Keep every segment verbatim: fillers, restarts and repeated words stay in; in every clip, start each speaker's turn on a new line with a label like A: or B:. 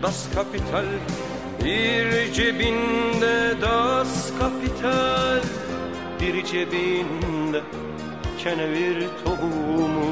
A: Das Kapital, bir cebinde Das Kapital, bir cebinde kenevir tohumu.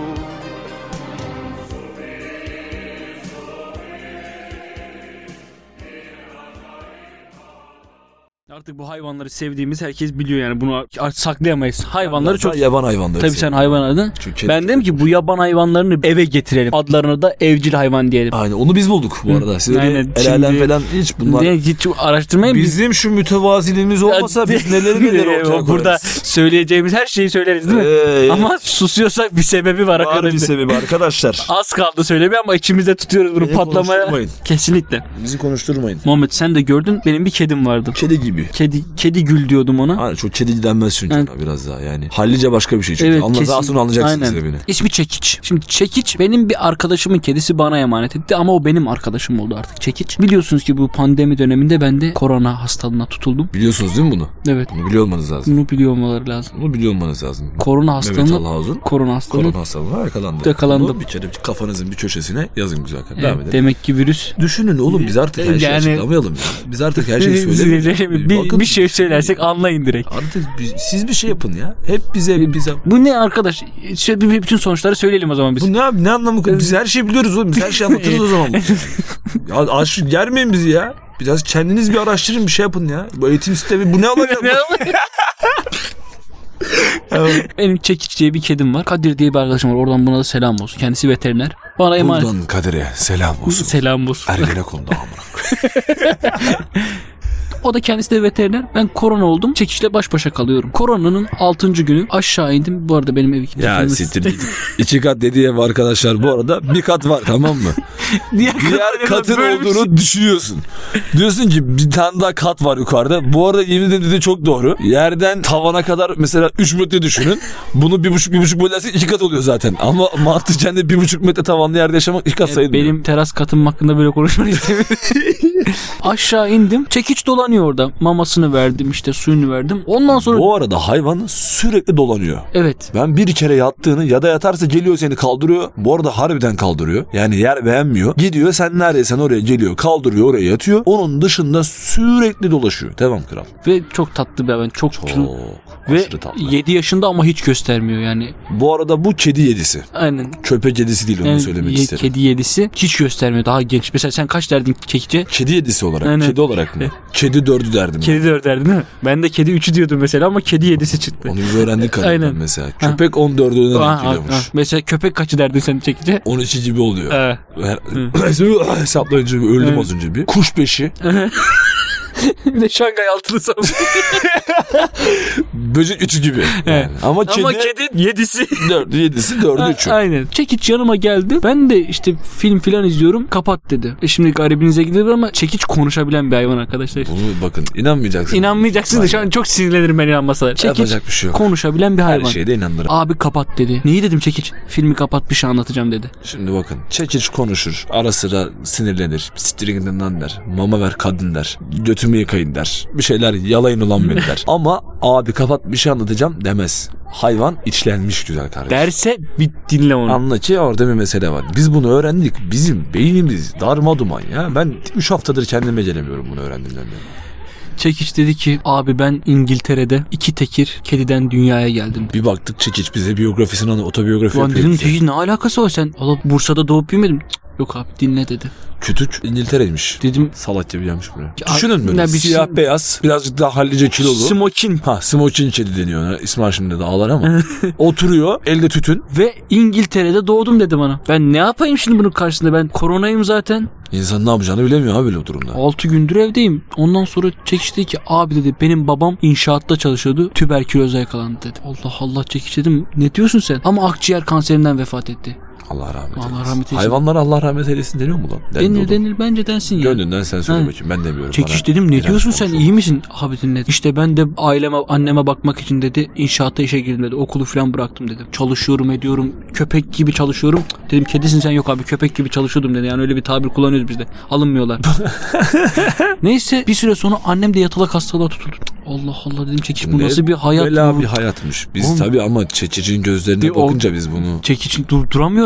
B: Artık bu hayvanları sevdiğimiz herkes biliyor yani, bunu artık saklayamayız. Hayvanları çok...
C: Yaban hayvanları.
B: Tabii sen hayvan adın. Ben dedim ki bu yaban hayvanlarını eve getirelim. Adlarına da evcil hayvan diyelim.
C: Aynen, onu biz bulduk bu arada. Siz öyle el alem falan hiç bunlar...
B: Hiç araştırmayın.
C: Bizim biz... şu mütevaziliğimiz olmasa biz neleri neler olacak.
B: Burada söyleyeceğimiz her şeyi söyleriz değil mi? Ee, Ama susuyorsak bir sebebi var.
C: Var
B: arkadaşlar.
C: bir sebebi arkadaşlar.
B: Az kaldı söylemeye ama içimizde tutuyoruz bunu. Beni patlamaya. Kesinlikle.
C: Bizi konuşturmayın.
B: Muhammed sen de gördün, benim bir kedim vardı.
C: Kedi gibi.
B: Kedi kedi gül diyordum ona.
C: Aynen, çok kedi denmez çünkü yani, biraz daha yani. Hallice başka bir şey çünkü.
B: Evet,
C: Anla, daha sonra anlayacaksınız sebebini.
B: İsmi Çekiç. Şimdi Çekiç benim bir arkadaşımın kedisi, bana emanet etti ama o benim arkadaşım oldu artık Çekiç. Biliyorsunuz ki bu pandemi döneminde ben de korona hastalığına tutuldum.
C: Biliyorsunuz değil mi bunu?
B: Evet.
C: Bunu biliyor olmanız lazım.
B: Bunu biliyor olmaları lazım.
C: Bunu biliyor olmanız lazım.
B: Korona hastalığına. Korona hastalığına.
C: Korona hastalığına yakalandı.
B: Yakalandım.
C: Bunu bir kere kafanızın bir köşesine yazın güzel. Evet, devam edelim.
B: Demek ki virüs.
C: Düşünün oğlum, biz artık her şeyi yani... açıklamayalım ya. Biz artık her şeyi söyleyelim.
B: bir, bir şey söylersek anlayın direkt.
C: Artık biz, siz bir şey yapın ya. Hep bize bize.
B: Bu ne arkadaş? Şöyle bütün sonuçları söyleyelim o zaman biz.
C: Bu ne abi? Ne anlamı? Biz her şeyi biliyoruz oğlum. Biz her şeyi anlatırız o zaman. Ya aş germeyin bizi ya. Biraz kendiniz bir araştırın, bir şey yapın ya. Bu eğitim sistemi bu ne olacak?
B: Benim Çekiç diye bir kedim var. Kadir diye bir arkadaşım var. Oradan buna da selam olsun. Kendisi veteriner. Bana emanet.
C: Buradan Kadir'e selam olsun.
B: Selam olsun.
C: Ergenekon'da amına.
B: O da kendisi de veteriner. Ben korona oldum. Çekişle baş başa kalıyorum. Koronanın altıncı günü aşağı indim. Bu arada benim ev iki
C: Ya siktir. İki kat dediği ev arkadaşlar bu arada bir kat var, tamam mı? Diğer, Diğer katın olduğunu şey. düşünüyorsun. Diyorsun ki bir tane daha kat var yukarıda. Bu arada yemin ederim dediği çok doğru. Yerden tavana kadar mesela üç metre düşünün. Bunu bir buçuk bir buçuk bölersek iki kat oluyor zaten. Ama mantıken de bir buçuk metre tavanlı yerde yaşamak iki kat evet, sayılmıyor.
B: Benim teras katım hakkında böyle konuşmanı istemiyorum. Aşağı indim. Çekiç dolanıyor orada. Mamasını verdim, işte suyunu verdim. Ondan sonra...
C: Bu arada hayvan sürekli dolanıyor.
B: Evet.
C: Ben bir kere yattığını ya da yatarsa geliyor seni kaldırıyor. Bu arada harbiden kaldırıyor. Yani yer beğenmiyor. Gidiyor, sen neredeysen oraya geliyor. Kaldırıyor, oraya yatıyor. Onun dışında sürekli dolaşıyor. Devam kral.
B: Ve çok tatlı bir hayvan. Çok, çok kilo. Ve
C: tatlı.
B: yedi yaşında ama hiç göstermiyor yani.
C: Bu arada bu kedi yedisi.
B: Aynen.
C: Köpek yedisi değil, onu yani söylemek ye, isterim.
B: Kedi yedisi hiç göstermiyor. Daha genç. Mesela sen kaç derdin Çekiç'e?
C: Kedi yedisi olarak.
B: Aynen.
C: Kedi olarak mı? Kedi dördü derdim.
B: Kedi dördü derdin değil mi? Ben de kedi üçü diyordum mesela ama kedi yedisi çıktı.
C: Onu biz öğrendik kadından mesela. Köpek on dördüne denk geliyormuş.
B: Mesela köpek kaçı derdin sen Çekiç'e?
C: on üçü gibi oluyor. Hesaplayınca öldüm az önce bir. Kuş beşi.
B: Bir de Şangay altılı savun.
C: Böcek üçü gibi. Yani. Ama, kedi,
B: Ama kedi yedisi.
C: Dördü yedisi dördü üçü.
B: Aynen. Çekiç yanıma geldi. Ben de işte film filan izliyorum. Kapat dedi. E şimdi garibinize gidiyor ama Çekiç konuşabilen bir hayvan arkadaşlar.
C: Bunu bakın inanmayacaksınız.
B: İnanmayacaksınız. Şu an çok sinirlenirim ben inanmasalar. Çekiç
C: yapacak bir şey yok.
B: Konuşabilen bir hayvan.
C: Her şeyde inanırım.
B: Abi kapat dedi. Neyi dedim Çekiç? Filmi kapat, bir şey anlatacağım dedi.
C: Şimdi bakın. Çekiç konuşur. Ara sıra sinirlenir. Siktirin der. Mama ver kadın der. Götümü yıkayın der. Bir şeyler yalayın ulan beni der. Ama abi kapat bir şey anlatacağım demez. Hayvan içlenmiş güzel kardeşim.
B: Derse bir dinle onu.
C: Anla ki orada bir mesele var. Biz bunu öğrendik. Bizim beynimiz darmaduman ya. Ben üç haftadır kendim beceremiyorum bunu öğrendiğimden beri.
B: Çekiç dedi ki abi ben İngiltere'de iki tekir kediden dünyaya geldim.
C: Bir baktık Çekiç bize biyografisini anı otobiyografi
B: yapıyor.
C: Dedim
B: Çekiç ne alakası var sen? Allah Bursa'da doğup büyümedim. Yok abi dinle dedi.
C: Kütük İngiltere'ymiş.
B: Dedim.
C: Salak gibi gelmiş buraya.
B: Ya,
C: düşünün böyle siyah şey... beyaz birazcık daha hallice kilolu.
B: Smokin.
C: Ha smokin kedi deniyor ona. İsmail şimdi de ağlar ama. Oturuyor elde tütün.
B: Ve İngiltere'de doğdum dedi bana. Ben ne yapayım şimdi bunun karşısında, ben koronayım zaten.
C: İnsan ne yapacağını bilemiyor abi böyle o durumda.
B: altı gündür evdeyim. Ondan sonra Çekiç dedi ki abi dedi benim babam inşaatta çalışıyordu. Tüberküloza yakalandı dedi. Allah Allah Çekiç dedim. Ne diyorsun sen? Ama akciğer kanserinden vefat etti.
C: Allah rahmet eylesin.
B: Allah rahmet eylesin.
C: Hayvanlara Allah rahmet eylesin deniyor mu lan?
B: Denir denir bence densin ya.
C: Gönlünden sen söyle bakayım, ben demiyorum.
B: Çekiç dedim ne diyorsun sen, iyi misin? Abi dinle. İşte ben de aileme anneme bakmak için dedi inşaatta işe girdim dedi. Okulu falan bıraktım dedim. Çalışıyorum ediyorum. Köpek gibi çalışıyorum. Dedim kedisin sen, yok abi köpek gibi çalışıyordum dedi. Yani öyle bir tabir kullanıyoruz biz de. Alınmıyorlar. Neyse bir süre sonra annem de yatalak hastalığa tutuldu. Allah Allah dedim Çekiç bu nasıl bir hayat?
C: Bela bir hayatmış. Biz tabii ama Çekiç'in gözlerine bakınca biz bunu.
B: Çekiç'in dur, duramıyorum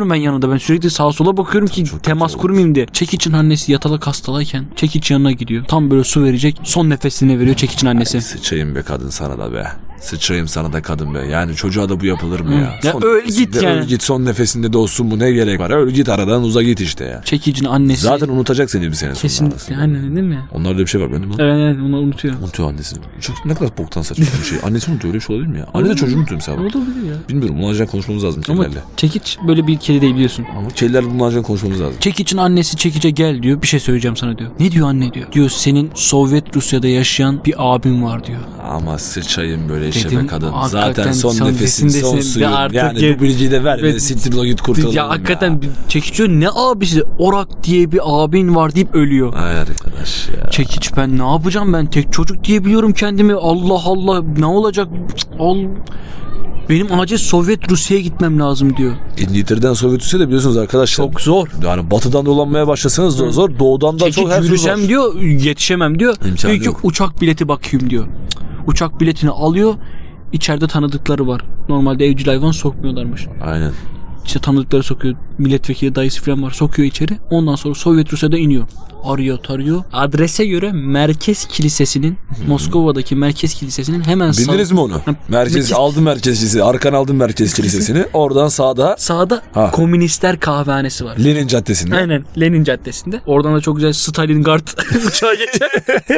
B: duruyorum ben yanında. Ben sürekli sağa sola bakıyorum ki
C: Çok
B: temas
C: kötü
B: kurmayayım diye. Çekiç'in annesi yatalak hastalayken Çekiç yanına gidiyor. Tam böyle su verecek. Son nefesini veriyor Çekiç'in annesi.
C: Sıçayım be kadın sana da be. Sıçrayım sana da kadın be. Yani çocuğa da bu yapılır mı ya?
B: Ya
C: Son
B: öl
C: nefesinde
B: git yani.
C: Öl git, son nefesinde de olsun, bu ne gerek var? Öl git, aradan uza git işte ya.
B: Çekicin annesi.
C: Zaten unutacak seni bir sene sonra.
B: Kesinlikle. Aynen değil mi?
C: Onlarda bir şey var benim.
B: Evet evet onu unutuyor.
C: Unutuyor annesi. Çok ne kadar boktan saçma bir şey. Annesi unutuyor, öyle bir şey olabilir mi ya? Anne de çocuğunu unutuyor mesela.
B: Olabilir ya.
C: Bilmiyorum, bunun acilen konuşmamız lazım
B: Ama
C: kedilerle.
B: Çekiç böyle bir kedi değil biliyorsun.
C: Ama kedilerle bunun acilen konuşmamız lazım.
B: Çekiç'in annesi Çekiç'e gel diyor. Bir şey söyleyeceğim sana diyor. Ne diyor anne diyor. Diyor senin Sovyet Rusya'da yaşayan bir abin var diyor.
C: Ama sıçayım böyle işe
B: Dedim,
C: be kadın.
B: hakikaten
C: Zaten son
B: son
C: nefesin, son
B: nefesindesin.
C: suyun.
B: Ya artık
C: Yani
B: gel-
C: bu bilgiyi de ver.
B: Ve-
C: Ve siktir o git kurtulalım
B: Ya hakikaten bir Çekiç diyor ne abisi? Orak diye bir abin var deyip ölüyor.
C: Ay arkadaş ya.
B: Çekiç ben ne yapacağım, ben tek çocuk diye biliyorum kendimi. Allah Allah ne olacak? Cık, Al. Benim acil Sovyet Rusya'ya gitmem lazım diyor.
C: İngiltere'den Sovyet Rusya'da biliyorsunuz arkadaşlar.
B: Çok zor.
C: Yani batıdan dolanmaya başlasanız da zor. Doğudan da
B: Çekiç
C: çok her şey
B: yürüsem
C: zor.
B: diyor yetişemem diyor.
C: İmkanı
B: diyor ki
C: yok.
B: uçak bileti bakayım diyor. Cık, Uçak biletini alıyor. İçeride tanıdıkları var. Normalde evcil hayvan sokmuyorlarmış.
C: Aynen.
B: İşte tanıdıkları sokuyor. Milletvekili dayısı falan var. Sokuyor içeri. Ondan sonra Sovyet Rusya'da iniyor. Arıyor tarıyor. Adrese göre Merkez Kilisesi'nin Moskova'daki Merkez Kilisesi'nin hemen sağ...
C: Bildiniz mi onu? Merkez,
B: Merkez-
C: aldım Merkez Kilisesi. Arkan aldım Merkez Kilisesi'ni. Oradan sağda
B: Sağda
C: Ha.
B: Komünistler Kahvehanesi var.
C: Lenin Caddesi'nde.
B: Aynen Lenin Caddesi'nde. Oradan da çok güzel Stalingrad uçağı geçer.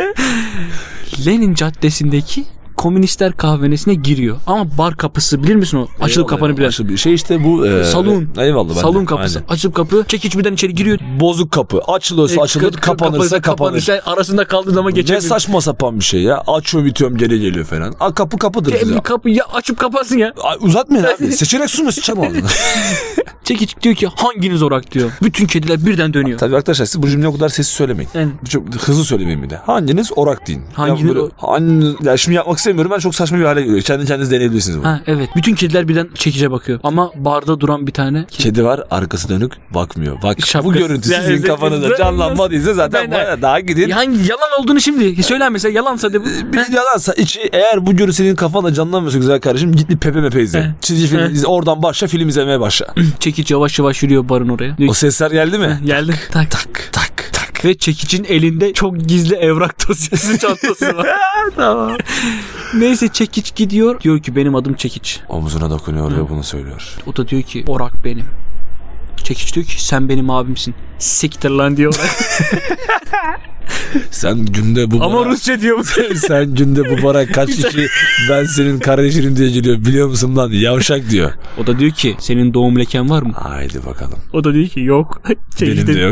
B: Lenin Caddesi'ndeki Komünistler Kahvehanesi'ne giriyor. Ama bar kapısı bilir misin o? Açılıp
C: Eyvallah,
B: kapanı bilen.
C: açılıp- Şey işte bu. E,
B: Salon.
C: Eyvallah. ben de.
B: Salon kapısı.
C: Aynen.
B: Açılıp kapı. Çekiç birden içeri giriyor.
C: Bozuk kapı. Açılırsa
B: E,
C: açılır,
B: kı-
C: kapanırsa kapanır.
B: kapanır. Arasında kaldığı zaman
C: Ne
B: geçemiyor.
C: saçma sapan bir şey ya. Açıyorum bitiyorum geri geliyor falan. A, kapı kapıdır
B: E,
C: bize.
B: bir kapı ya açıp kapansın ya.
C: Ay, uzatmayın abi. Seçenek sunma sıçacağım ağzına.
B: Çekiç diyor ki hanginiz orak diyor. Bütün kediler birden dönüyor.
C: Tabii arkadaşlar siz bu cümleyi o kadar sessiz söylemeyin.
B: Yani
C: Çok hızlı söylemeyin bir de. Hanginiz orak deyin.
B: Hanginiz
C: ya böyle,
B: o-
C: hangi, ya şimdi yapmak istemiyorum, ben çok saçma bir hale geliyor. Kendi kendiniz deneyebilirsiniz bunu.
B: ha evet. Bütün kediler birden Çekiç'e bakıyor. Ama barda duran bir tane
C: Kedi var, arkası dönük, bakmıyor. Bak
B: Şapkası-
C: bu görüntü
B: Ya,
C: sizin
B: evet,
C: kafanızda
B: evet.
C: canlanmadıysa zaten
B: Ben-
C: baya daha gidin.
B: hangi yalan olduğunu şimdi söyler mesela yalansa de bu.
C: Bir yalansa içi, eğer bu görüntü senin kafanda canlanmıyorsa güzel kardeşim, git bir Pepe Mepe izle.
B: He.
C: Çizgi film
B: He.
C: izle, oradan başla, film izlemeye başla.
B: Çekiç yavaş yavaş yürüyor barın oraya. Diyor
C: O
B: ki,
C: sesler geldi mi?
B: geldi. Tak.
C: Tak tak tak.
B: Ve Çekiç'in elinde çok gizli evrak dosyası çantası var. Tamam. Neyse Çekiç gidiyor. Diyor ki benim adım Çekiç.
C: Omzuna dokunuyor ve bunu söylüyor.
B: O da diyor ki Orak benim. Çekiç diyor ki sen benim abimsin. Siktir lan diyor Orak.
C: Sen günde bu
B: Ama
C: bara-
B: Rusça diyor bu.
C: sen günde bu bara kaç kişi ben senin kardeşinim diye geliyor biliyor musun lan, yavşak diyor.
B: O da diyor ki senin doğum leken var mı?
C: Haydi bakalım.
B: O da diyor ki yok. Çekiç
C: Benim de yok.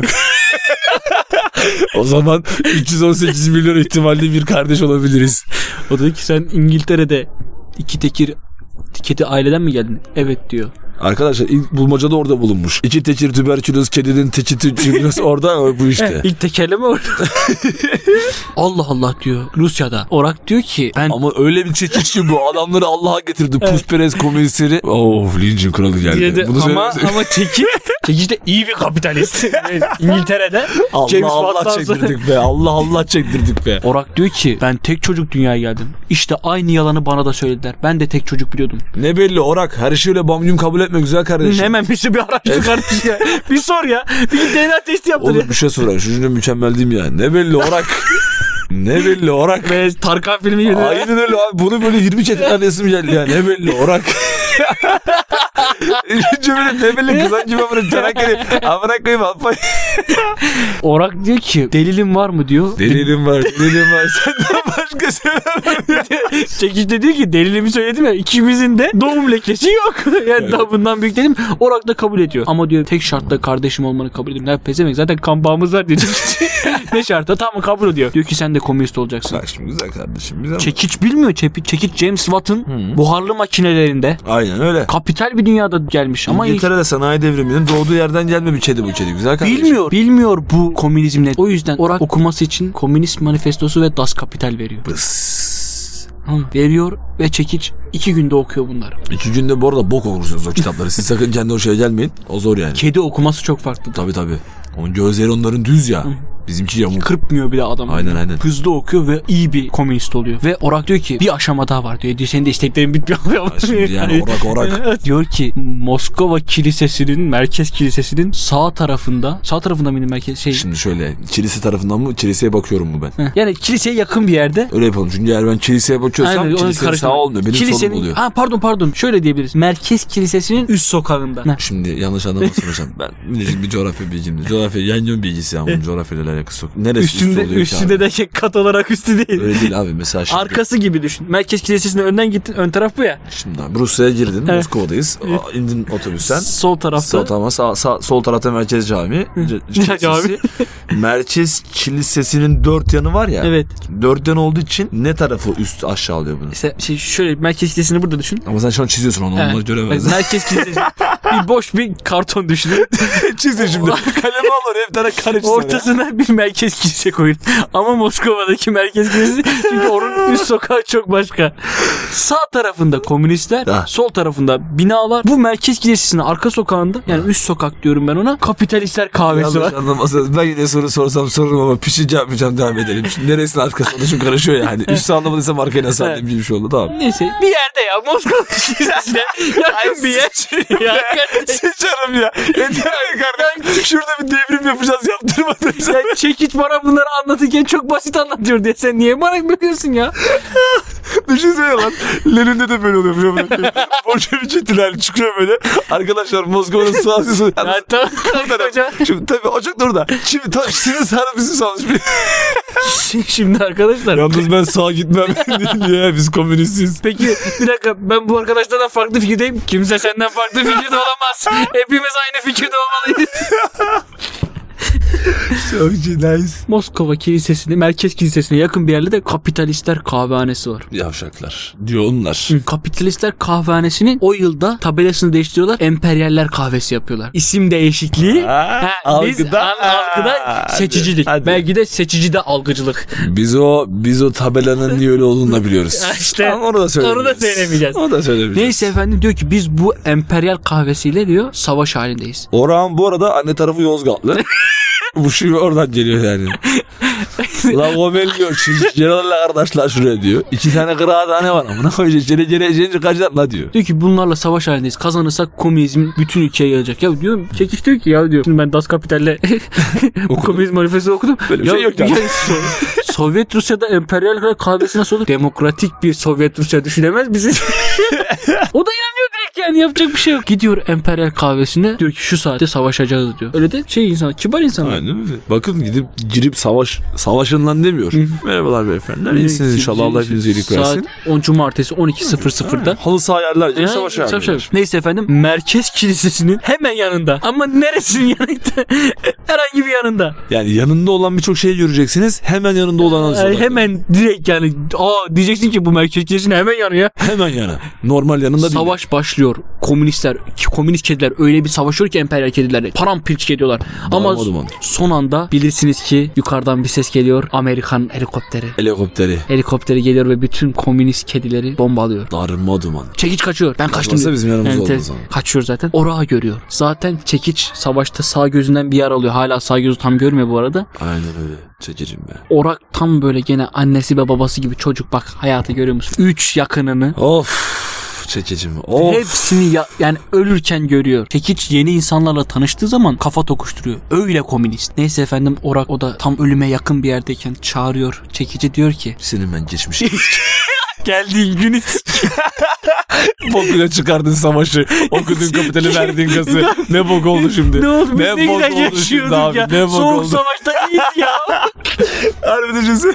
C: O zaman üç yüz on sekiz milyon ihtimalle bir kardeş olabiliriz.
B: O da diyor ki sen İngiltere'de iki tekir kedi aileden mi geldin? Evet diyor.
C: Arkadaşlar ilk bulmacada orada bulunmuş. İki tekir tüberküloz, kedinin teki tüberküloz orada, bu işte.
B: İlk tekerleme orada. Allah Allah diyor Rusya'da. Orak diyor ki ben
C: Ama öyle bir çekiç ki bu adamları Allah'a getirdi. Pusperez komünistleri. Of, Lynch'in kralı geldi.
B: diye de,
C: Bunu
B: ama
C: söyle-
B: ama Çekiç Çekiç de iyi bir kapitalist. İngiltere'de
C: Allah
B: James
C: Allah
B: Watt'tan sonra-
C: çektirdik be. Allah Allah çektirdik be.
B: Orak diyor ki ben tek çocuk dünyaya geldim. İşte aynı yalanı bana da söylediler. Ben de tek çocuk biliyordum.
C: Ne belli Orak. Her şeyi öyle bamgüm kabul etme güzel kardeşim.
B: Hemen bir şey bir araştır kardeş ya. Bir sor ya. Bir D N A testi yaptır ya.
C: Oğlum bir şey sorayım. Şu cümle mükemmel değil mi ya? Ne belli Orak. Ne belli Orak.
B: Ve Tarkan filmi gibi.
C: Aynen öyle abi. Bunu böyle yirmi çetikten resim geldi ya. Ne belli Orak. Cümle ne belli kızan gibi amına Çanakkale. Amına koyayım alpay.
B: Orak diyor ki delilim var mı diyor.
C: Delilim var. Delilim var. Senden başka söylemem.
B: Çekiç de diyor ki delilimi söyledim ya ikimizin de doğum lekesi yok. Yani daha bundan büyük dedim. Orak da kabul ediyor. Ama diyor tek şartla kardeşim olmanı kabul ediyorum. Ne pezemek zaten kan bağımız var diyor. Ne şartla tamam kabul ediyor. Diyor ki sen de komünist olacaksın.
C: Bak şimdi güzel kardeşim. Güzel.
B: Çekiç bilmiyor. Çekiç, Çekiç James Watt'ın buharlı makinelerinde
C: Aynen öyle.
B: kapital bir dünyada gelmiş ama
C: İngiltere'de sanayi devriminin doğduğu yerden gelme bir kedi bu kedi. Güzel kardeşim.
B: bilmiyor. Bilmiyor bu komünizmle. O yüzden Orak okuması için Komünist Manifestosu ve Das Kapital veriyor.
C: Bıs.
B: Hı, veriyor ve Çekiç iki günde okuyor bunları.
C: İki günde bu arada bok okursunuz o kitapları. Siz sakın kendi o şeye gelmeyin. O zor yani.
B: Kedi okuması çok farklı.
C: Tabii tabii. Onun gözleri onların düz ya. Bizimki yamuk.
B: Kırpmıyor bir de adam.
C: Aynen aynen.
B: Hızlı okuyor ve iyi bir komünist oluyor. Ve Orak diyor ki bir aşama daha var diyor. diyor senin de isteklerin bitmiyor.
C: Şimdi yani orak orak.
B: Diyor ki Moskova Kilisesi'nin, merkez kilisesinin sağ tarafında, sağ tarafında mıydı merkez şey?
C: Şimdi şöyle kilise tarafından mı kiliseye bakıyorum mu ben?
B: Heh. Yani kiliseye yakın bir yerde.
C: Öyle yapalım. Çünkü eğer ben kiliseye bakıyorsam
B: Aynen,
C: kilise sağ olmuyor. Benim
B: Kilisenin,
C: solum oluyor.
B: Ha pardon pardon. Şöyle diyebiliriz. Merkez kilisesinin üst sokağında. Heh.
C: Şimdi yanlış anlamasın hocam. Ben minicik bir coğrafya bilgimdir. Coğrafya yanyon bilgisi ama coğrafyayla alakası yok. Neresi
B: Üstünde,
C: üstü oluyor
B: üstünde de şey, kat olarak üstü değil.
C: Öyle değil abi. Mesela şimdi.
B: Arkası gibi düşün. Merkez kilisesine önden gittin. Ön taraf bu ya.
C: Şimdi abi Rusya'ya girdin.
B: Evet.
C: Moskova'dayız. Aa, İndin otobüsten.
B: Sol tarafta.
C: Sol, tamam, sağ, sağ, sol tarafta Merkez Camii. C- Kilisesi. Merkez Kilisesi'nin dört yanı var ya.
B: Evet.
C: Dört yan olduğu için ne tarafı üst aşağı alıyor bunu?
B: Mesela şey, şöyle merkez kilisesini burada düşün.
C: Ama sen şu an çiziyorsun onu.
B: Evet.
C: Onları göremez.
B: Merkez kilisesi. bir boş bir karton düşünün.
C: Çizin şimdi. Kalemi alır. Hep tane kare çizer.
B: Ortasına bir merkez kilise koyun. Ama Moskova'daki merkez kilisesi çünkü onun üst sokağı çok başka. Sağ tarafında komünistler,
C: Ha.
B: sol tarafında binalar. Bu merkez kilisesinin arka sokağında yani üst sokak diyorum ben ona. Kapitalistler kahvesi var.
C: Yanlış anlamazsınız. Ben yine soru sorsam sorurum ama pişince yapmayacağım, devam edelim. Şimdi neresinin arkasında şimdi karışıyor yani. Üstü anlamadıysam arkaya nasıl anlayayım gibi bir şey oldu, tamam.
B: Neyse bir yerde ya Moskova kilisesine yakın bir yer. ya,
C: Sıçarım ya. Yeter kardeşim. Şurada bir devrim yapacağız, yaptırmadın sen.
B: ya çekiç bana bunları anlatırken çok basit anlatıyor diye sen niye bana biliyorsun ya?
C: Düşünsene lan. Lenin'de de böyle oluyor. Bolşevik ihtilali çıkıyor böyle. Arkadaşlar Moskova'nın sağlısı sağlısı.
B: Ya tamam hocam.
C: Şimdi tabii o çok da orada. Şimdi ta, sizin sağlık bizim sağlık.
B: Şimdi arkadaşlar.
C: Yalnız ben sağa gitmem diye biz komünistiz.
B: Peki bir dakika ben bu arkadaşlardan farklı fikirdeyim. Kimse senden farklı fikirde olamaz. Hepimiz aynı fikirde olmalıyız.
C: Çok nice.
B: Moskova kilisesine, merkez kilisesine yakın bir yerde de kapitalistler kahvehanesi var.
C: Yavşaklar diyor onlar.
B: Hı. Kapitalistler kahvehanesinin o yılda tabelasını değiştiriyorlar. Emperyaller kahvesi yapıyorlar. İsim değişikliği.
C: Ha,
B: Ha, biz
C: algıda-
B: al- algıda
C: Hadi,
B: seçicilik.
C: hadi.
B: Belki de seçicide algıcılık.
C: Biz o biz o tabelanın niye öyle olduğunu da biliyoruz.
B: İşte
C: Ama onu da söylemeyeceğiz.
B: onu da söylemeyeceğiz.
C: Onu da söylemeyeceğiz.
B: Neyse efendim diyor ki biz bu emperyal kahvesiyle diyor savaş halindeyiz.
C: Orhan bu arada anne tarafı Yozgatlı. Bu şey oradan geliyor yani. Ulan o belliyor. Celal'la kardeşler şuraya diyor. İki tane kıraathane var amına koyacak. Cere cere cere kaçar la diyor.
B: Diyor ki bunlarla savaş halindeyiz. Kazanırsak komünizm bütün ülkeye yayılacak. Ya diyorum çekiş diyor ki ya diyor. Şimdi ben Das Kapital'le komünizm manifesto okudum.
C: Böyle bir
B: ya,
C: şey yok yani.
B: ya, So- Sovyet Rusya'da emperyal kahvesi nasıl olur? Demokratik bir Sovyet Rusya düşünemez misin? O da yanıyor direkt yani yapacak bir şey yok. Gidiyor emperyal kahvesine diyor ki şu saatte savaşacağız diyor. Öyle de şey insan, kibar insan.
C: Aynen öyle. Bakın gidip girip savaş savaşın lan demiyor. Merhabalar beyefendiler. İyisiniz inşallah. Allah hepinize iyilik versin.
B: Saat on cumartesi on iki sıfır sıfırda.
C: Halı saha yerlerce
B: Yani,
C: savaş
B: savaş
C: yapıyorlar.
B: yapıyor. Neyse efendim merkez kilisesinin hemen yanında. Ama neresinin yanında? Herhangi bir yanında.
C: Yani yanında olan birçok şeyi göreceksiniz. Hemen yanında olan
B: Yani hemen direkt yani aa diyeceksin ki bu merkez kilisesinin hemen yanı ya.
C: hemen yana. Normal yanında değil.
B: Savaş başlıyor. Komünistler, komünist kediler öyle bir savaşıyor ki emperyal kedilerle. Paramparça ediyorlar. Ama
C: Darma duman.
B: son anda bilirsiniz ki yukarıdan bir ses geliyor. Amerikan helikopteri.
C: Helikopteri.
B: Helikopteri geliyor ve bütün komünist kedileri bombalıyor.
C: Darma duman.
B: Çekiç kaçıyor. Ben kaçtım.
C: Kaçmasa
B: diyor.
C: bizim yanımızda
B: Yani te-
C: olmaz ama.
B: Kaçıyor zaten. Orağı görüyor. Zaten Çekiç savaşta sağ gözünden bir yer alıyor. Hala sağ gözü tam görmüyor bu arada.
C: Aynen öyle. Çekicim be.
B: Orak tam böyle gene annesi ve babası gibi çocuk bak hayatı görüyor musun? Üç yakınını
C: Of. Çekicim. Of.
B: hepsini ya, yani ölürken görüyor. Çekiç yeni insanlarla tanıştığı zaman kafa tokuşturuyor. Öyle komünist. Neyse efendim Orak o da tam ölüme yakın bir yerdeyken çağırıyor. Çekici diyor ki
C: Senin ben geçmişim.
B: geldiğin gün
C: Bokuyla çıkardın savaşı. Okudun kapitali verdiğin gazı. Ne bok oldu şimdi?
B: ne oldu? Biz
C: Ne
B: ne,
C: bok
B: güzel
C: oldu
B: yaşıyorduk
C: şimdi abi?
B: ya.
C: Ne bok
B: Soğuk
C: oldu?
B: savaşta iyiyiz ya.
C: Harbi düşünsene.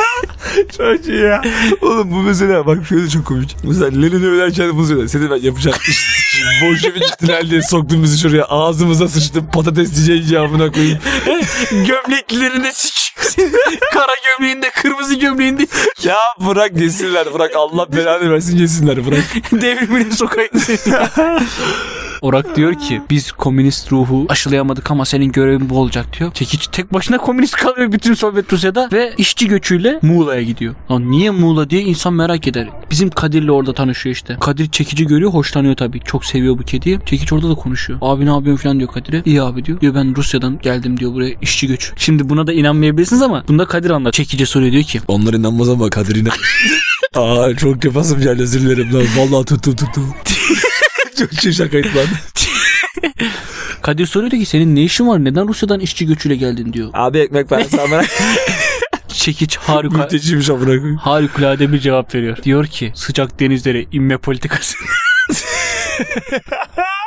C: Çok iyi ya. Oğlum bu mesela bak şöyle çok komik. Mesela Lenin ölerken bunu söyle. Seni ben yapacağım. Bolşevik ihtilal diye soktun bizi şuraya. Ağzımıza sıçtın. Patates diyeceğin cevabına koyayım.
B: Gömleklerine sikiyorsun. Kara gömleğinde, kırmızı gömleğinde
C: Ya bırak yesinler. Bırak Allah belanı versin yesinler. Bırak.
B: devrimine sokayım seni. Orak diyor ki biz komünist ruhu aşılayamadık ama senin görevin bu olacak diyor. Çekiç tek başına komünist kalıyor bütün Sovyet Rusya'da ve işçi göçüyle Muğla'ya gidiyor. Lan niye Muğla diye insan merak eder. Bizim Kadir'le orada tanışıyor işte. Kadir Çekici görüyor, hoşlanıyor tabii. Çok seviyor bu kediyi. Çekiç orada da konuşuyor. Abi ne yapıyorsun falan diyor Kadir'e. İyi abi diyor. Diyor ben Rusya'dan geldim diyor buraya, işçi göç. Şimdi buna da inanmayabilirsiniz ama bunda Kadir anlar. Çekici soruyor diyor ki.
C: Onlar inanmaz ama Kadir inan. Aa çok yapasım geldi, özür dilerim lan. Vallahi tuttum tuttum. Çok şey şakaydı lan.
B: Kadir soruyor ki senin ne işin var? Neden Rusya'dan işçi göçüyle geldin diyor.
C: Abi ekmek parası amına.
B: Çekiç harika.
C: Mülteciymiş amına koyayım.
B: Harikulade bir cevap veriyor. Diyor ki sıcak denizlere inme politikası.